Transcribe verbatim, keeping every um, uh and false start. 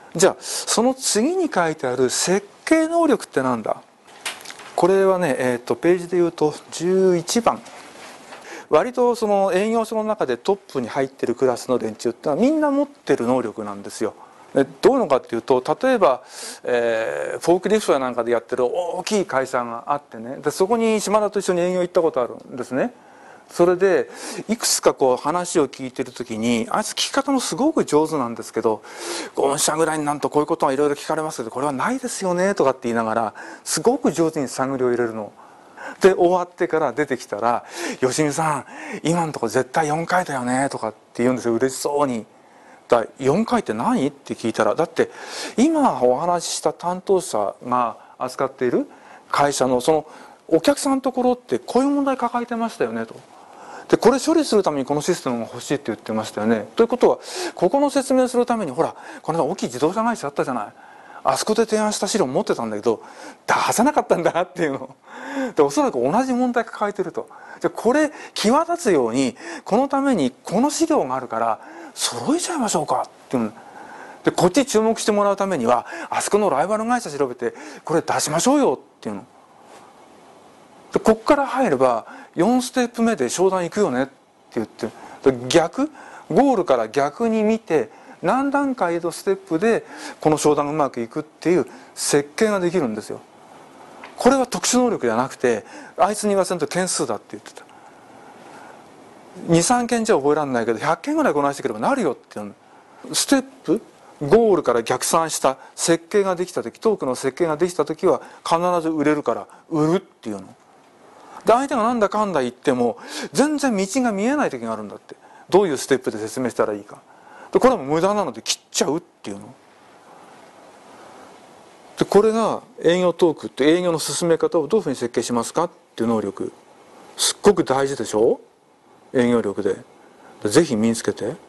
じゃあその次に書いてある設計能力ってなんだ。これはね、えー、とページで言うとじゅういちばん。割とその営業所の中でトップに入ってるクラスの連中ってのはみんな持ってる能力なんですよ。どういうのかっていうと、例えば、えー、フォークリフトやなんかでやってる大きい会社があってね、でそこに島田と一緒に営業行ったことあるんですね。それでいくつかこう話を聞いてる時に、あいつ聞き方もすごく上手なんですけど、御社ぐらいになるとこういうことはいろいろ聞かれますけど、これはないですよねとかって言いながらすごく上手に探りを入れるの。で終わってから出てきたら「吉見さん今のところ絶対よんかいだよね」とかって言うんですよ、嬉しそうに。だよんかいって何って聞いたら、だって今お話しした担当者が扱っている会社のそのお客さんのところってこういう問題抱えてましたよねと。でこれ処理するためにこのシステムが欲しいって言ってましたよね。ということはここの説明するために、ほらこの間大きい自動車会社あったじゃない、あそこで提案した資料持ってたんだけど出さなかったんだなっていうので、おそらく同じ問題抱えてると。でこれ際立つようにこのためにこの資料があるから揃えちゃいましょうかっていうので、こっち注目してもらうためにはあそこのライバル会社調べてこれ出しましょうよっていうので、こっから入ればよんステップ目で商談行くよねって言って、逆ゴールから逆に見て何段階のステップでこの商談がうまくいくっていう設計ができるんですよ。これは特殊能力じゃなくて、あいつに言わせると件数だって言ってた。にさんけんじゃ覚えられないけどひゃっけんぐらいこなしてくればなるよっていうの。ステップゴールから逆算した設計ができた時、トークの設計ができた時は必ず売れるから売るっていうので、相手がなんだかんだ言っても全然道が見えない時があるんだって。どういうステップで説明したらいいか。でこれはもう無駄なので切っちゃうっていうので、これが営業トークって営業の進め方をどういうふうに設計しますかっていう能力、すっごく大事でしょ、営業力で。ぜひ身につけて。